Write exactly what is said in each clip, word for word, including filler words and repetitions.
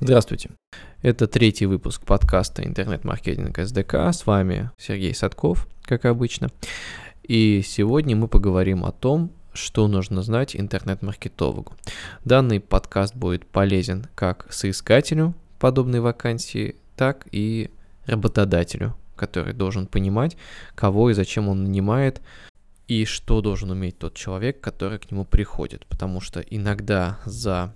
Здравствуйте. Это третий выпуск подкаста «Интернет-маркетинг эс дэ ка». С вами Сергей Садков, как обычно. И сегодня мы поговорим о том, что нужно знать интернет-маркетологу. Данный подкаст будет полезен как соискателю подобной вакансии, так и работодателю, который должен понимать, кого и зачем он нанимает, и что должен уметь тот человек, который к нему приходит. Потому что иногда за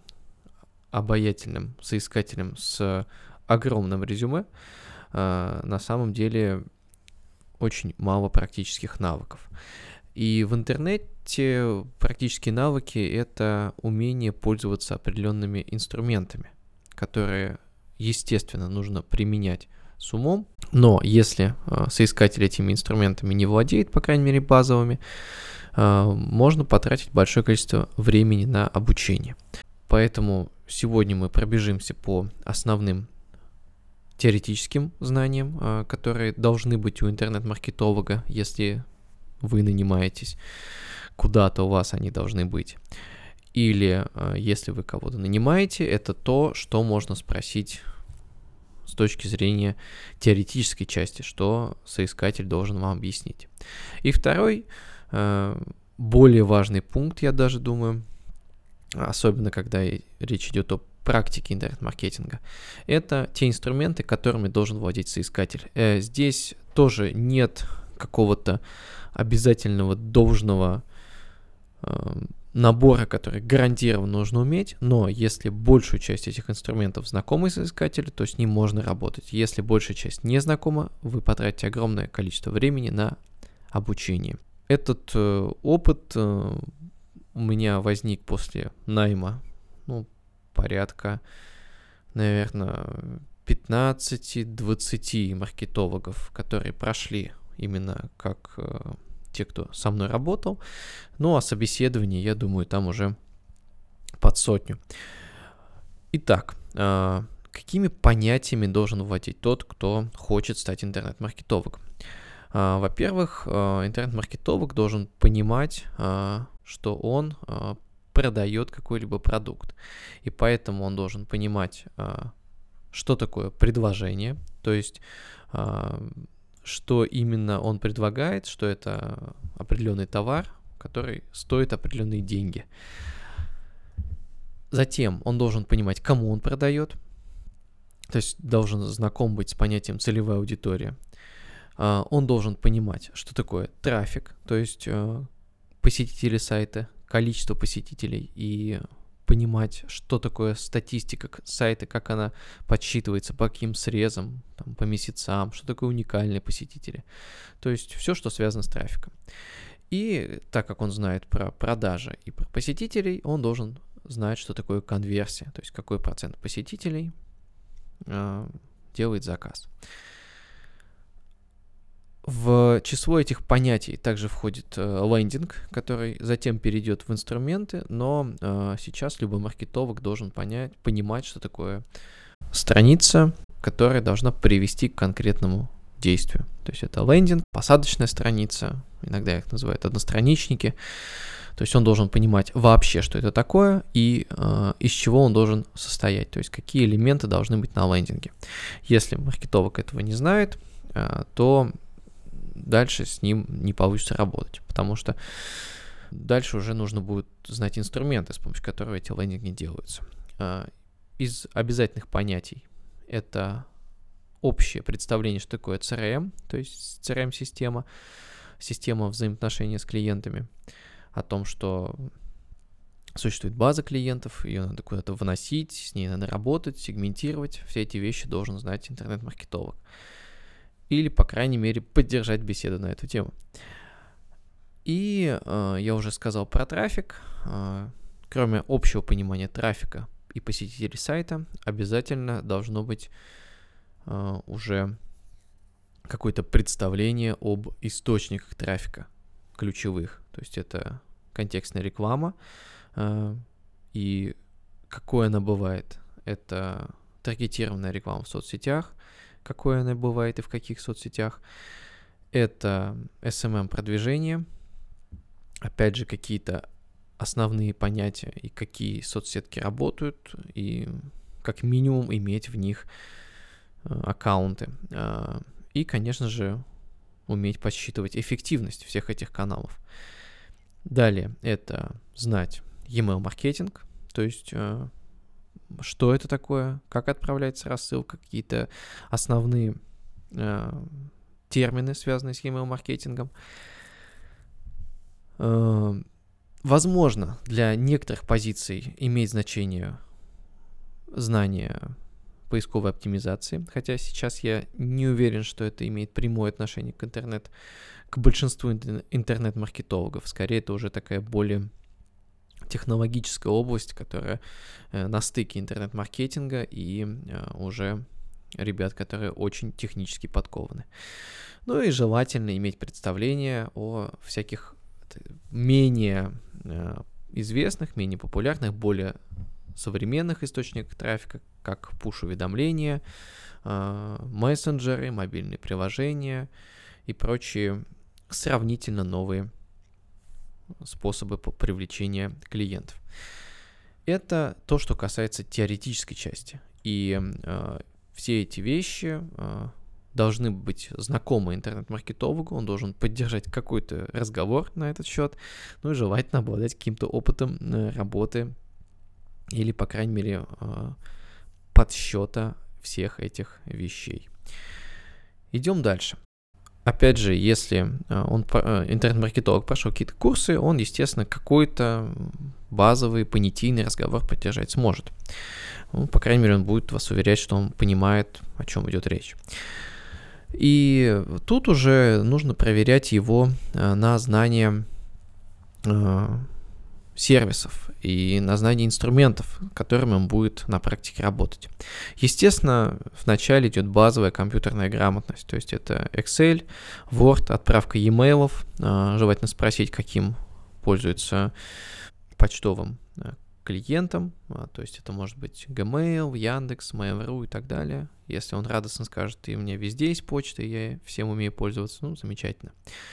обаятельным соискателем с огромным резюме э, на самом деле очень мало практических навыков. И в интернете практические навыки — это умение пользоваться определенными инструментами, которые, естественно, нужно применять с умом. Но если э, соискатель этими инструментами не владеет, по крайней мере базовыми, э, можно потратить большое количество времени на обучение. Поэтому сегодня мы пробежимся по основным теоретическим знаниям, которые должны быть у интернет-маркетолога, если вы нанимаетесь куда-то, у вас они должны быть. Или если вы кого-то нанимаете, это то, что можно спросить с точки зрения теоретической части, что соискатель должен вам объяснить. И второй, более важный пункт, я даже думаю, особенно когда речь идет о практике интернет-маркетинга, это те инструменты, которыми должен владеть соискатель. Здесь тоже нет какого-то обязательного должного набора, который гарантированно нужно уметь, но если большую часть этих инструментов знакомы соискателю, то с ним можно работать. Если большая часть не знакома, вы потратите огромное количество времени на обучение. Этот э, опыт э, у меня возник после найма, ну, порядка, наверное, пятнадцать-двадцать маркетологов, которые прошли именно как э, те, кто со мной работал. Ну, а собеседование, я думаю, там уже под сотню. Итак, э, какими понятиями должен владеть тот, кто хочет стать интернет-маркетологом? Э, во-первых, э, интернет-маркетолог должен понимать, э, что он э, продает какой-либо продукт. И поэтому он должен понимать, э, что такое предложение, то есть э, что именно он предлагает, что это определенный товар, который стоит определенные деньги. Затем он должен понимать, кому он продает, то есть должен знаком быть с понятием целевая аудитория. Э, он должен понимать, что такое трафик, то есть э, посетители сайта, количество посетителей, и понимать, что такое статистика сайта, как она подсчитывается, по каким срезам, там, по месяцам, что такое уникальные посетители. То есть все, что связано с трафиком. И так как он знает про продажи и про посетителей, он должен знать, что такое конверсия, то есть какой процент посетителей э, делает заказ. В число этих понятий также входит э, лендинг, который затем перейдет в инструменты, но э, сейчас любой маркетолог должен понять, понимать, что такое страница, которая должна привести к конкретному действию. То есть это лендинг, посадочная страница, иногда их называют одностраничники. То есть он должен понимать вообще, что это такое и э, из чего он должен состоять, то есть какие элементы должны быть на лендинге. Если маркетолог этого не знает, э, то дальше с ним не получится работать, потому что дальше уже нужно будет знать инструменты, с помощью которых эти лендинги делаются. Из обязательных понятий это общее представление, что такое си ар эм, то есть си ар эм-система, система взаимоотношений с клиентами, о том, что существует база клиентов, ее надо куда-то вносить, с ней надо работать, сегментировать. Все эти вещи должен знать интернет-маркетолог. Или, по крайней мере, поддержать беседу на эту тему. И э, я уже сказал про трафик. Э, кроме общего понимания трафика и посетителей сайта, обязательно должно быть э, уже какое-то представление об источниках трафика ключевых. То есть это контекстная реклама. Э, и какой она бывает? Это таргетированная реклама в соцсетях, какой она бывает и в каких соцсетях. Это эс эм эм-продвижение. Опять же, какие-то основные понятия и какие соцсетки работают, и как минимум иметь в них аккаунты. И, конечно же, уметь подсчитывать эффективность всех этих каналов. Далее это знать email-маркетинг, то есть что это такое, как отправляется рассылка, какие-то основные термины, связанные с email-маркетингом. Возможно, для некоторых позиций имеет значение знание поисковой оптимизации, хотя сейчас я не уверен, что это имеет прямое отношение к интернет, к большинству интернет-маркетологов. Скорее, это уже такая более технологическая область, которая на стыке интернет-маркетинга и уже ребят, которые очень технически подкованы. Ну и желательно иметь представление о всяких менее известных, менее популярных, более современных источниках трафика, как пуш-уведомления, мессенджеры, мобильные приложения и прочие сравнительно новые способы привлечения клиентов. Это то, что касается теоретической части. И э, все эти вещи э, должны быть знакомы интернет-маркетологу, он должен поддержать какой-то разговор на этот счет, ну и желательно обладать каким-то опытом э, работы или, по крайней мере, э, подсчета всех этих вещей. Идем дальше. Опять же, если он, интернет-маркетолог прошел какие-то курсы, он, естественно, какой-то базовый понятийный разговор поддержать сможет. Ну, по крайней мере, он будет вас уверять, что он понимает, о чем идет речь. И тут уже нужно проверять его на знание сервисов и на знание инструментов, которыми он будет на практике работать. Естественно, вначале идет базовая компьютерная грамотность, то есть это Excel, Word, отправка e-mail, желательно спросить, каким пользуется почтовым клиентом, то есть это может быть Gmail, Яндекс, Mail.ru и так далее. Если он радостно скажет, и у меня везде есть почта, и я всем умею пользоваться, ну, замечательно.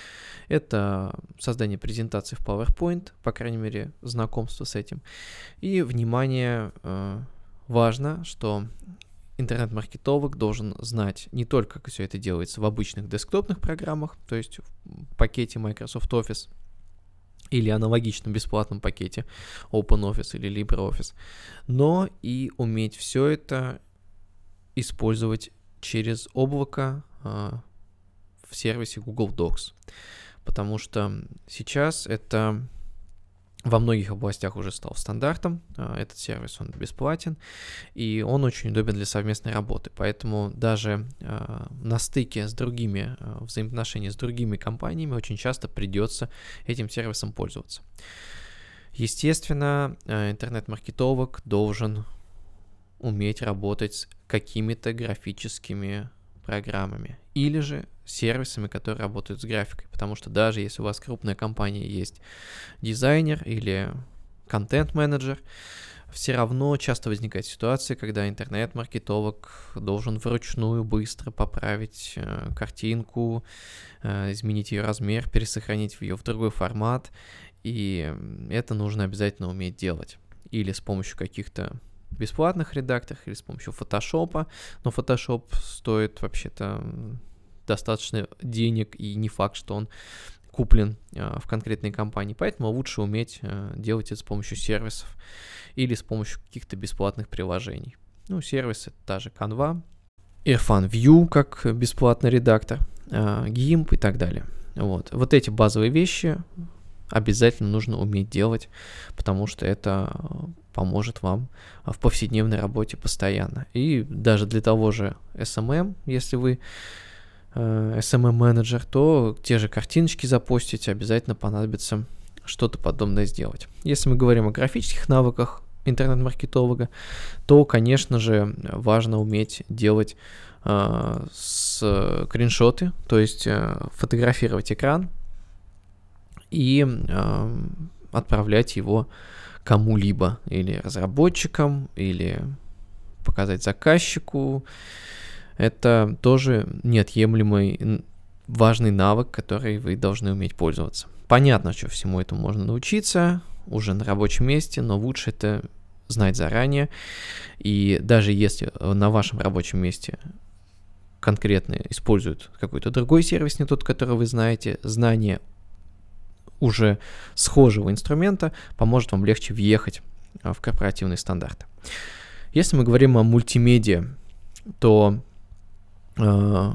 Это создание презентации в PowerPoint, по крайней мере, знакомство с этим. И, внимание, важно, что интернет-маркетолог должен знать не только, как все это делается в обычных десктопных программах, то есть в пакете Microsoft Office, или аналогичном бесплатном пакете OpenOffice или LibreOffice, но и уметь все это использовать через облако в сервисе Google Docs. Потому что сейчас это во многих областях уже стал стандартом. Этот сервис, он бесплатен, и он очень удобен для совместной работы. Поэтому даже на стыке с другими, взаимоотношения с другими компаниями очень часто придется этим сервисом пользоваться. Естественно, интернет-маркетолог должен уметь работать с какими-то графическими программами или же сервисами, которые работают с графикой, потому что даже если у вас крупная компания, есть дизайнер или контент-менеджер, все равно часто возникает ситуация, когда интернет-маркетолог должен вручную быстро поправить э, картинку, э, изменить ее размер, пересохранить ее в другой формат, и это нужно обязательно уметь делать. Или с помощью каких-то бесплатных редакторов, или с помощью Photoshop, но Photoshop стоит вообще-то достаточно денег, и не факт, что он куплен э, в конкретной компании, поэтому лучше уметь э, делать это с помощью сервисов или с помощью каких-то бесплатных приложений. Ну, сервисы та же Canva, Airfan View как бесплатный редактор, э, гимп и так далее. Вот. вот эти базовые вещи обязательно нужно уметь делать, потому что это поможет вам в повседневной работе постоянно. И даже для того же эс эм эм, если вы эс эм эм-менеджер, то те же картиночки запостить обязательно понадобится что-то подобное сделать. Если мы говорим о графических навыках интернет-маркетолога, то, конечно же, важно уметь делать э, скриншоты, то есть э, фотографировать экран и э, отправлять его кому-либо, или разработчикам, или показать заказчику. Это тоже неотъемлемый важный навык, который вы должны уметь пользоваться. Понятно, что всему этому можно научиться уже на рабочем месте, но лучше это знать заранее. И даже если на вашем рабочем месте конкретно используют какой-то другой сервис, не тот, который вы знаете, знание уже схожего инструмента поможет вам легче въехать в корпоративные стандарты. Если мы говорим о мультимедиа, то э,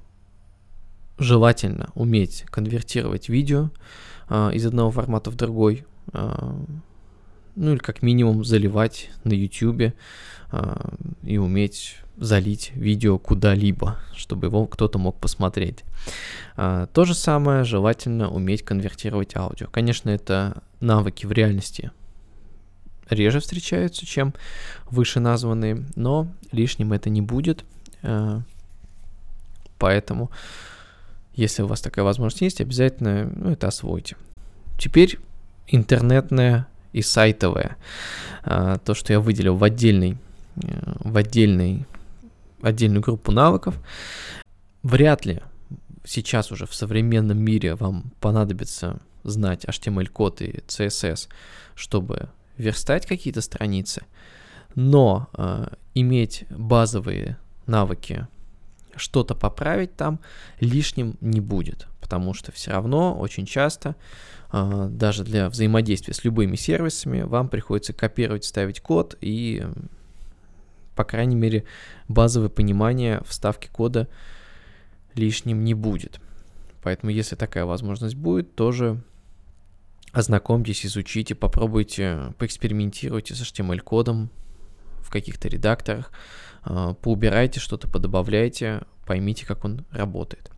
желательно уметь конвертировать видео э, из одного формата в другой, э, ну или как минимум заливать на YouTube э, и уметь залить видео куда-либо, чтобы его кто-то мог посмотреть. А, то же самое желательно уметь конвертировать аудио. Конечно, это навыки в реальности реже встречаются, чем вышеназванные, но лишним это не будет. А, поэтому, если у вас такая возможность есть, обязательно ну, это освойте. Теперь интернетное и сайтовое. А, то, что я выделил в отдельный, в отдельный отдельную группу навыков. Вряд ли сейчас уже в современном мире вам понадобится знать эйч ти эм эль-код и си эс эс, чтобы верстать какие-то страницы, но э, иметь базовые навыки, что-то поправить там лишним не будет, потому что все равно очень часто э, даже для взаимодействия с любыми сервисами вам приходится копировать, ставить код, и по крайней мере, базовое понимание вставки кода лишним не будет. Поэтому, если такая возможность будет, тоже ознакомьтесь, изучите, попробуйте, поэкспериментируйте с эйч ти эм эль-кодом в каких-то редакторах, поубирайте что-то, подобавляйте, поймите, как он работает.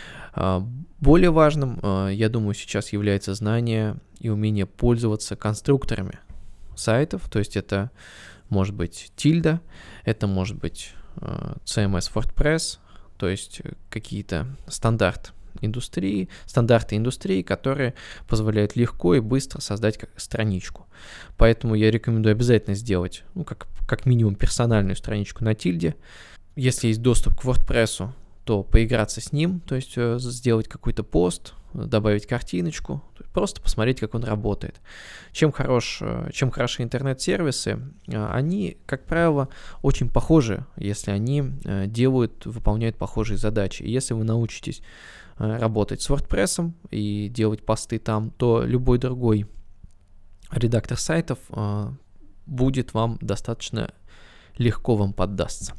Более важным, я думаю, сейчас является знание и умение пользоваться конструкторами сайтов, то есть это может быть тильда, это может быть э, си эм эс WordPress, то есть какие-то стандарты индустрии, стандарты индустрии, которые позволяют легко и быстро создать страничку. Поэтому я рекомендую обязательно сделать, ну, как, как минимум персональную страничку на тильде. Если есть доступ к WordPress, то поиграться с ним, то есть э, сделать какой-то пост, добавить картиночку, просто посмотреть, как он работает. Чем, хорош, чем хороши интернет-сервисы, они, как правило, очень похожи, если они делают, выполняют похожие задачи. И если вы научитесь работать с WordPress и делать посты там, то любой другой редактор сайтов будет вам достаточно легко вам поддастся.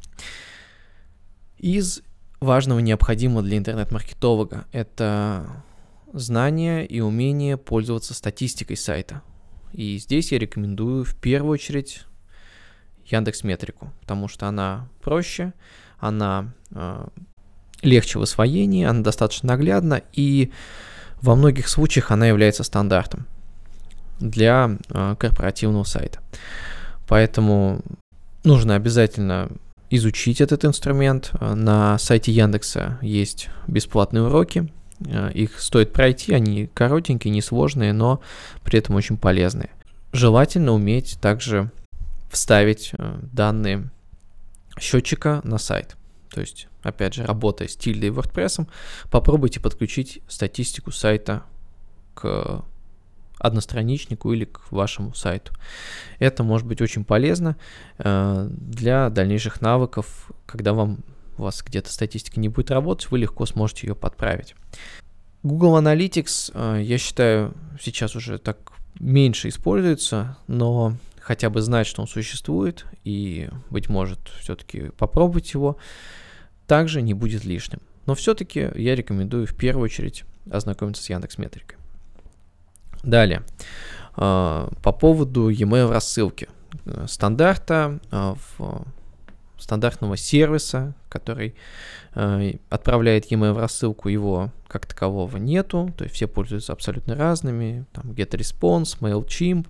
Из важного необходимого для интернет-маркетолога — это знание и умение пользоваться статистикой сайта. И здесь я рекомендую в первую очередь Яндекс.Метрику, потому что она проще, она э, легче в освоении, она достаточно наглядна, и во многих случаях она является стандартом для э, корпоративного сайта. Поэтому нужно обязательно изучить этот инструмент. На сайте Яндекса есть бесплатные уроки. Их стоит пройти, они коротенькие, несложные, но при этом очень полезные. Желательно уметь также вставить данные счетчика на сайт. То есть, опять же, работая с тильдой и WordPress, попробуйте подключить статистику сайта к одностраничнику или к вашему сайту. Это может быть очень полезно для дальнейших навыков, когда вам у вас где-то статистика не будет работать, вы легко сможете ее подправить. Google Analytics, я считаю, сейчас уже так меньше используется, но хотя бы знать, что он существует, и, быть может, все-таки попробовать его, также не будет лишним. Но все-таки я рекомендую в первую очередь ознакомиться с Яндекс.Метрикой. Далее, по поводу e-mail рассылки. Стандарта, в стандартного сервиса, который э, отправляет e-mail в рассылку, его как такового нету, то есть все пользуются абсолютно разными, там GetResponse, MailChimp,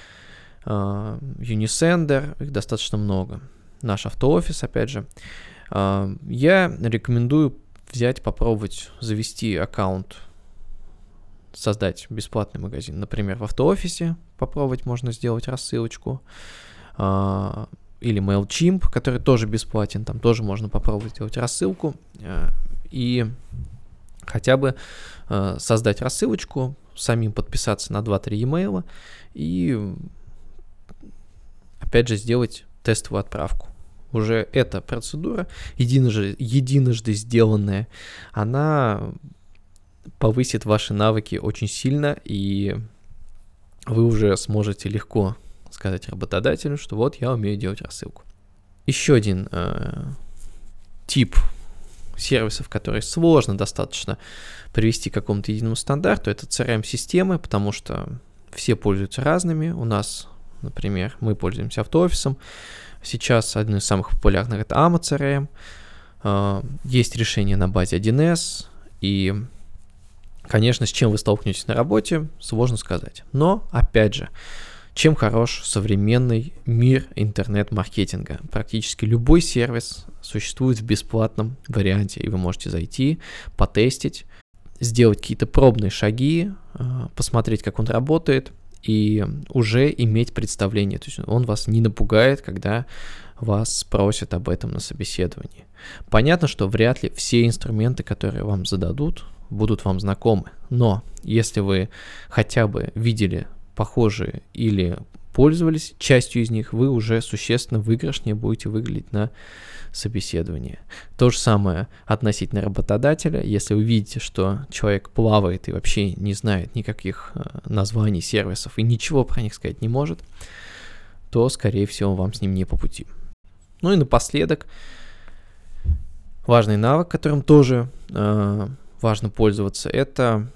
э, Unisender, их достаточно много. Наш автоофис, опять же. Э, я рекомендую взять, попробовать завести аккаунт, создать бесплатный магазин, например, в автоофисе, попробовать можно сделать рассылочку, э, или MailChimp, который тоже бесплатен, там тоже можно попробовать сделать рассылку э, и хотя бы э, создать рассылочку, самим подписаться на два-три e-mail и опять же, сделать тестовую отправку. Уже эта процедура, единожды, единожды сделанная, она повысит ваши навыки очень сильно, и вы уже сможете легко сказать работодателю, что вот я умею делать рассылку. Еще один э, тип сервисов, которые сложно достаточно привести к какому-то единому стандарту, это си ар эм-системы, потому что все пользуются разными. У нас, например, мы пользуемся автоофисом. Сейчас один из самых популярных — это эй эм о си ар эм. Э, есть решение на базе один эс, и, конечно, с чем вы столкнетесь на работе, сложно сказать. Но, опять же, чем хорош современный мир интернет-маркетинга? Практически любой сервис существует в бесплатном варианте, и вы можете зайти, потестить, сделать какие-то пробные шаги, посмотреть, как он работает, и уже иметь представление. То есть он вас не напугает, когда вас спросят об этом на собеседовании. Понятно, что вряд ли все инструменты, которые вам зададут, будут вам знакомы, но если вы хотя бы видели похожие или пользовались частью из них, вы уже существенно выигрышнее будете выглядеть на собеседовании. То же самое относительно работодателя. Если вы видите, что человек плавает и вообще не знает никаких названий сервисов и ничего про них сказать не может, то, скорее всего, вам с ним не по пути. Ну и напоследок, важный навык, которым тоже э, важно пользоваться, это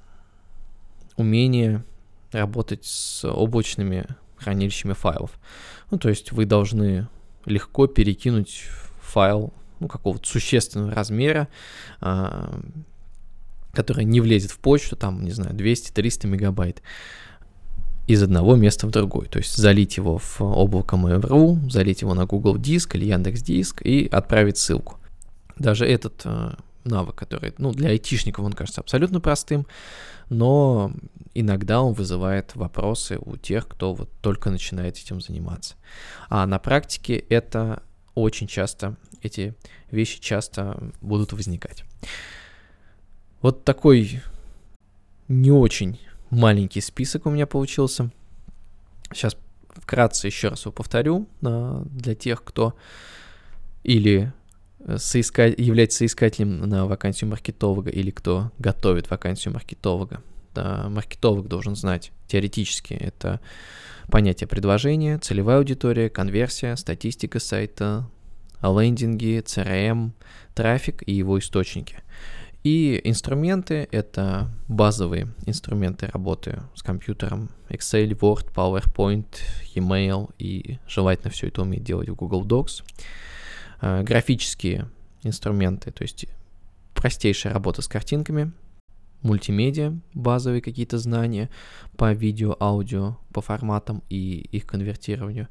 умение работать с облачными хранилищами файлов. Ну, то есть вы должны легко перекинуть файл, ну, какого-то существенного размера, а, который не влезет в почту, там, не знаю, двести-триста мегабайт, из одного места в другой. То есть залить его в облако Mail.ru, залить его на Google Диск или Яндекс.Диск и отправить ссылку. Даже этот а, навык, который, ну, для айтишников он кажется абсолютно простым, но иногда он вызывает вопросы у тех, кто вот только начинает этим заниматься. А на практике это очень часто, эти вещи часто будут возникать. Вот такой не очень маленький список у меня получился. Сейчас вкратце еще раз его повторю для тех, кто или соискать, является соискателем на вакансию маркетолога или кто готовит вакансию маркетолога. Да, маркетолог должен знать теоретически это понятие предложения, целевая аудитория, конверсия, статистика сайта, лендинги, си ар эм, трафик и его источники. И инструменты — это базовые инструменты работы с компьютером: Excel, Word, PowerPoint, e-mail, и желательно все это уметь делать в Google Docs. Графические инструменты, то есть простейшая работа с картинками, мультимедиа, базовые какие-то знания по видео, аудио, по форматам и их конвертированию,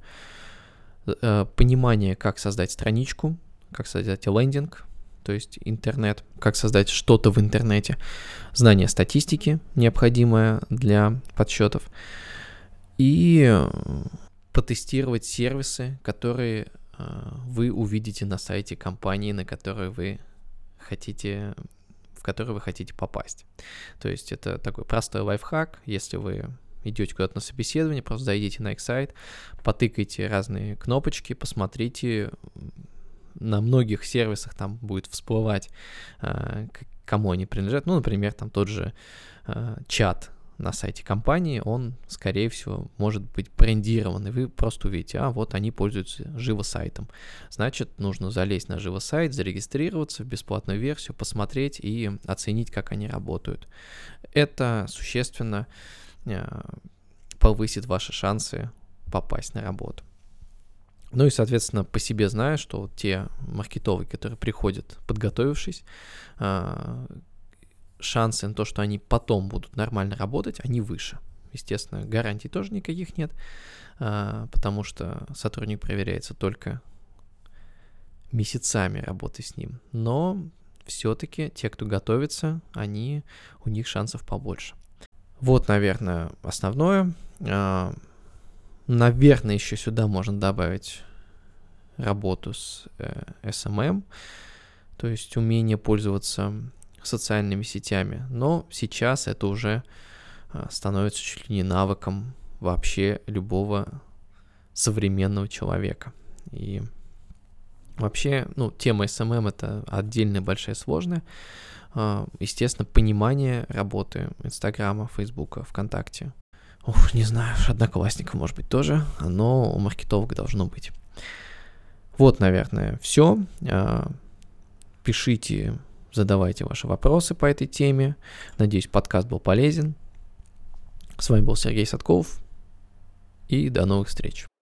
понимание, как создать страничку, как создать лендинг, то есть интернет, как создать что-то в интернете, знание статистики, необходимое для подсчетов, и потестировать сервисы, которые вы увидите на сайте компании, на которую вы хотите, в которую вы хотите попасть. То есть это такой простой лайфхак. Если вы идете куда-то на собеседование, просто зайдите на их сайт, потыкайте разные кнопочки, посмотрите. На многих сервисах там будет всплывать, кому они принадлежат. Ну, например, там тот же чат на сайте компании, он, скорее всего, может быть брендирован, и вы просто увидите, а вот они пользуются Живо-сайтом. Значит, нужно залезть на Живо-сайт, зарегистрироваться в бесплатную версию, посмотреть и оценить, как они работают. Это существенно повысит ваши шансы попасть на работу. Ну и, соответственно, по себе знаю, что вот те маркетологи, которые приходят, подготовившись, шансы на то, что они потом будут нормально работать, они выше. Естественно, гарантий тоже никаких нет, потому что сотрудник проверяется только месяцами работы с ним. Но все-таки те, кто готовится, они, у них шансов побольше. Вот, наверное, основное. Наверное, еще сюда можно добавить работу с эс эм эм, то есть умение пользоваться социальными сетями, но сейчас это уже становится чуть ли не навыком вообще любого современного человека. И вообще, ну, тема эс эм эм — это отдельная большая сложная. Естественно, понимание работы Инстаграма, Фейсбука, ВКонтакте. Ух, не знаю, Одноклассников, может быть, тоже. Оно у маркетолога должно быть. Вот, наверное, все. Пишите, задавайте ваши вопросы по этой теме. Надеюсь, подкаст был полезен. С вами был Сергей Садков. И до новых встреч.